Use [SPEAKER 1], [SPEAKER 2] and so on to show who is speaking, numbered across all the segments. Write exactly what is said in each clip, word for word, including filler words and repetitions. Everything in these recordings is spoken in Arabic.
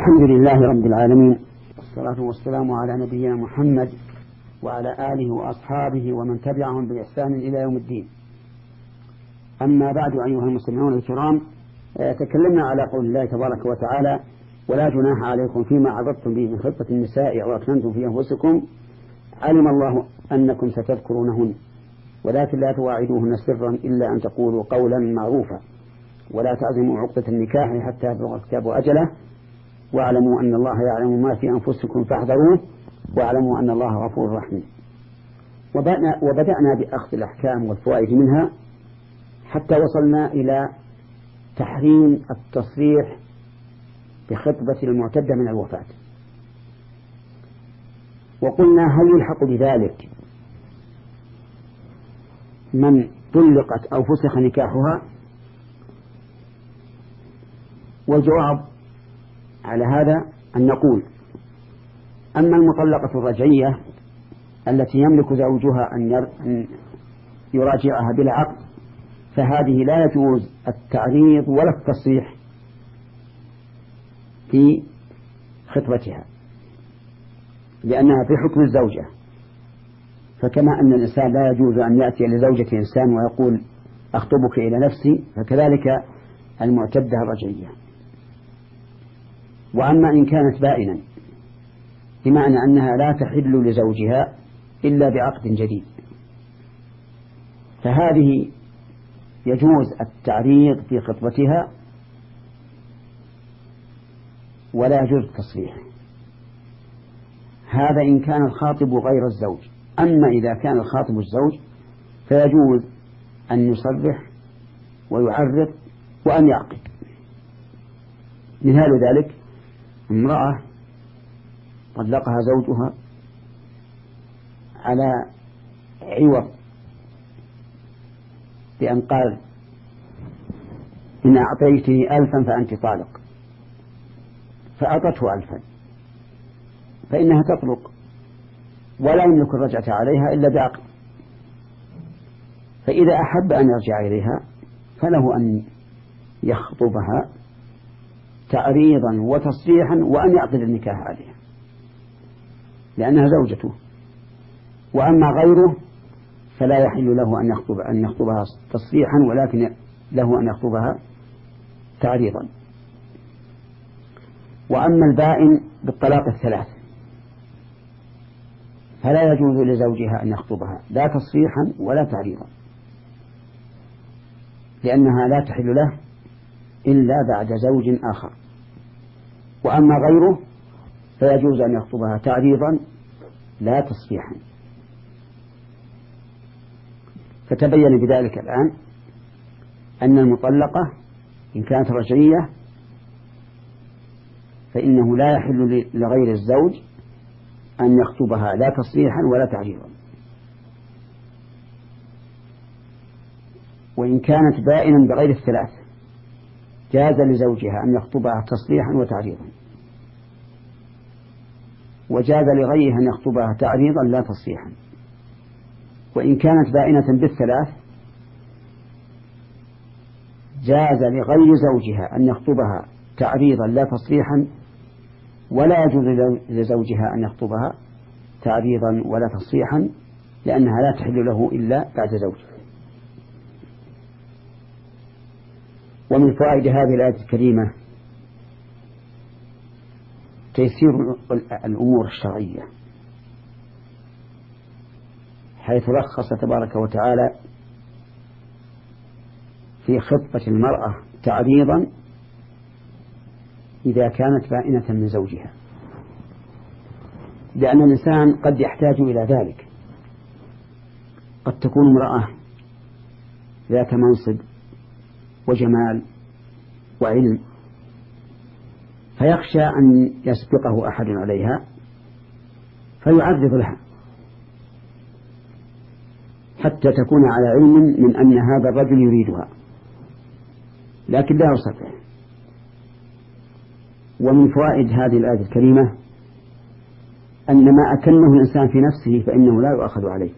[SPEAKER 1] الحمد لله رب العالمين، والصلاة والسلام على نبينا محمد وعلى آله وأصحابه ومن تبعهم بإحسان إلى يوم الدين. أما بعد، أيها المستمعون الكرام، تكلمنا على قول الله تبارك وتعالى: ولا جناح عليكم فيما عرضتم به من خطبة النساء أو أكننتم في أنفسكم، علم الله أنكم ستذكرونهن ولكن لا تواعدوهن سرا إلا أن تقولوا قولا معروفا ولا تعزموا عقدة النكاح حتى يبلغ الكتاب أجله، واعلموا أن الله يعلم ما في أنفسكم فاحذروه، واعلموا أن الله غفور رحيم. وبدأنا بأخذ الأحكام والفوائد منها حتى وصلنا إلى تحريم التصريح بخطبة المعتدة من الوفاة، وقلنا: هل يلحق بذلك من طلقت أو فسخ نكاحها؟ والجواب على هذا أن نقول: أما المطلقة الرجعية التي يملك زوجها أن يراجعها بلا عقد، فهذه لا يجوز التعريض ولا التصريح في خطبتها، لأنها في حكم الزوجة. فكما أن الإنسان لا يجوز أن يأتي لزوجة إنسان ويقول: أخطبك إلى نفسي، فكذلك المعتدة الرجعية. وأما إن كانت بائنا، بمعنى أنها لا تحل لزوجها إلا بعقد جديد، فهذه يجوز التعريض في خطبتها ولا يجوز التصريح. هذا إن كان الخاطب غير الزوج. أما إذا كان الخاطب الزوج فيجوز أن يصرح ويعرض وأن يعقد. مثال ذلك: امرأة طلقها زوجها على عوض بأن قال: إن أعطيتني ألفا فأنت طالق، فأعطته ألفا، فإنها تطلق ولا يملك الرجعة عليها إلا بعقد. فإذا أحب أن يرجع إليها فله أن يخطبها تعريضا وتصريحا وأن يعقد النكاح عليها، لأنها زوجته. وأما غيره فلا يحل له أن يخطب أن يخطبها تصريحا، ولكن له أن يخطبها تعريضا. وأما البائن بالطلاق الثلاث فلا يجوز لزوجها أن يخطبها لا تصريحا ولا تعريضا، لأنها لا تحل له إلا بعد زوج آخر. وأما غيره فيجوز أن يخطبها تعريضا لا تصريحا. فتبين بذلك الآن أن المطلقة إن كانت رجعية فإنه لا يحل لغير الزوج أن يخطبها لا تصريحا ولا تعريضا. وإن كانت بائنا بغير الثلاث جاز لزوجها أن يخطبها تصريحا وتعريضا، وجاز لغيرها أن يخطبها تعريضا لا تصريحا. وإن كانت بائنة بالثلاث جاز لغير زوجها أن يخطبها تعريضا لا تصريحا، ولا يجوز لزوجها أن يخطبها تعريضا ولا تصريحا، لأنها لا تحل له إلا بعد زوجه. ومن فوائد هذه الآية الكريمة تيسير الأمور الشرعية، حيث رخص تبارك وتعالى في خطبة المرأة تعريضا إذا كانت بائنة من زوجها، لأن الإنسان قد يحتاج إلى ذلك. قد تكون امرأة ذات منصب وجمال وعلم، فيخشى أن يسبقه أحد عليها فيعرض لها حتى تكون على علم من أن هذا الرجل يريدها، لكن لا يصرح. ومن فوائد هذه الآية الكريمة أن ما أكنه الإنسان في نفسه فإنه لا يؤخذ عليه،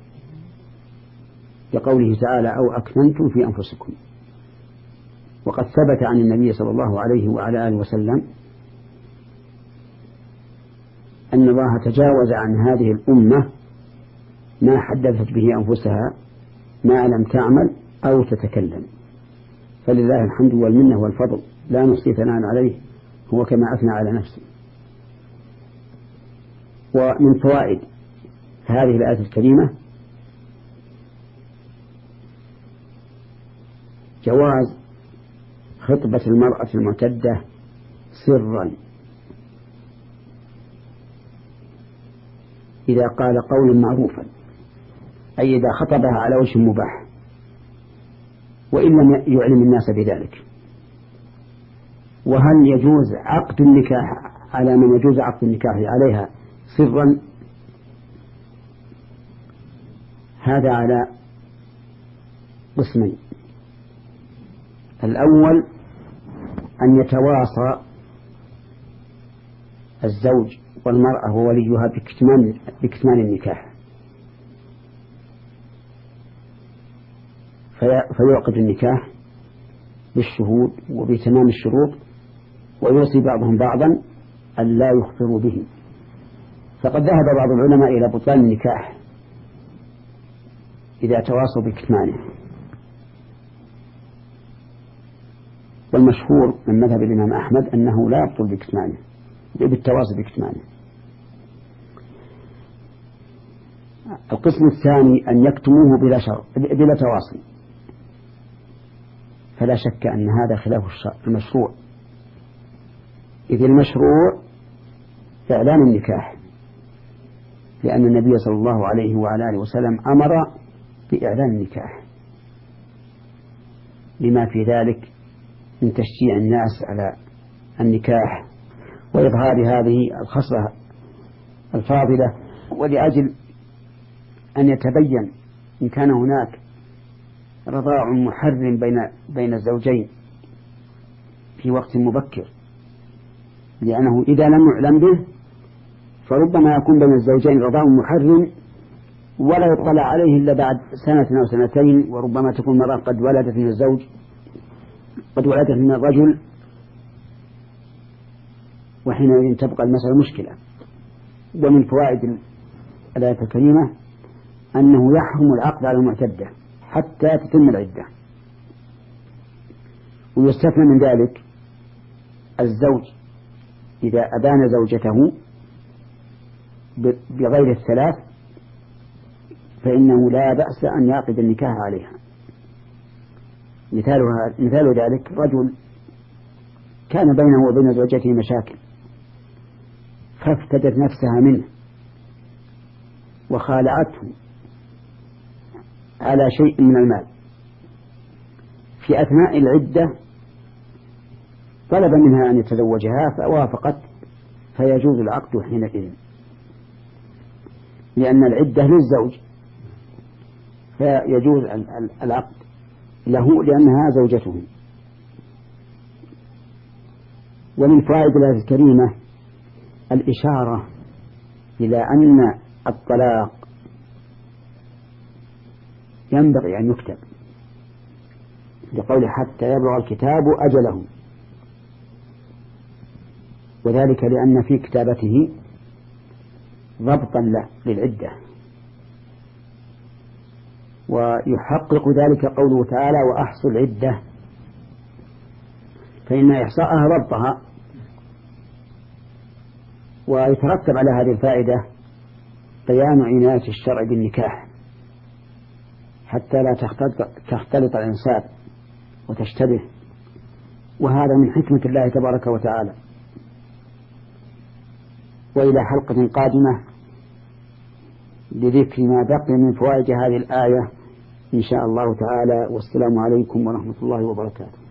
[SPEAKER 1] لقوله تعالى: أو أكننتم في أنفسكم. وقد ثبت عن النبي صلى الله عليه وعلى آله وسلم أن الله تجاوز عن هذه الأمة ما حدثت به أنفسها ما لم تعمل أو تتكلم، فلله الحمد والمنة والفضل، لا نحصي ثناء عليه، هو كما أثنى على نفسه. ومن فوائد هذه الآية الكريمة جواز خطبة المرأة المعتدة سرا إذا قال قولا معروفا، أي إذا خطبها على وجه مباح وإن لم يعلم الناس بذلك. وهل يجوز عقد النكاح على من يجوز عقد النكاح عليها سرا؟ هذا على قسمين. الأول أن يتواصى الزوج والمرأة ووليها بكتمان, بكتمان النكاح، في فيعقد النكاح بالشهود وبتمام الشروط، ويوصي بعضهم بعضا أن لا يخبروا به. فقد ذهب بعض العلماء إلى بطلان النكاح إذا تواصوا بكتمانه، والمشهور من مذهب الإمام أحمد أنه لا يبطل بكتمانه بالتواصي بكتمانه. القسم الثاني أن يكتموه بلا شر بلا تواصي، فلا شك أن هذا خلاف المشروع، إذ المشروع إعلان النكاح، لأن النبي صلى الله عليه وعلى آله وسلم أمر بإعلان النكاح لما في ذلك من تشجيع الناس على النكاح وإظهار هذه الخصلة الفاضلة، ولأجل أن يتبين إن كان هناك رضاع محرم بين بين الزوجين في وقت مبكر، لأنه إذا لم يعلم به فربما يكون بين الزوجين رضاع محرم ولا يطلع عليه إلا بعد سنة أو سنتين، وربما تكون مرأة قد ولدت من الزوج قد ولدت من الرجل، وحينئذ تبقى المسألة مشكلة. ومن فوائد الآية الكريمة أنه يحرم العقد على المعتدة حتى تتم العدة، ويستثنى من ذلك الزوج إذا أبان زوجته بغير الثلاث فإنه لا بأس أن يعقد النكاح عليها. مثالها مثال ذلك رجل كان بينه وبين زوجته مشاكل فافتدت نفسها منه وخالعته على شيء من المال، في أثناء العدة طلب منها أن يتزوجها فوافقت، فيجوز العقد حينئذ، لأن العدة للزوج فيجوز العقد له لأنها زوجته. ومن فوائد الآية الكريمة الإشارة إلى أن الطلاق ينبغي أن يكتب، لقول حتى يبلغ الكتاب أجله، وذلك لأن في كتابته ضبطا له للعدة، ويحقق ذلك قوله تعالى وأحصوا العدة، فإن إحصاءها ضبطها. ويترتب على هذه الفائدة بيان عناية الشرع بالنكاح حتى لا تختلط الأنساب وتشتبه، وهذا من حكمة الله تبارك وتعالى. وإلى حلقة قادمة لذكر ما بقي من فوائد هذه الآية إن شاء الله تعالى، والسلام عليكم ورحمة الله وبركاته.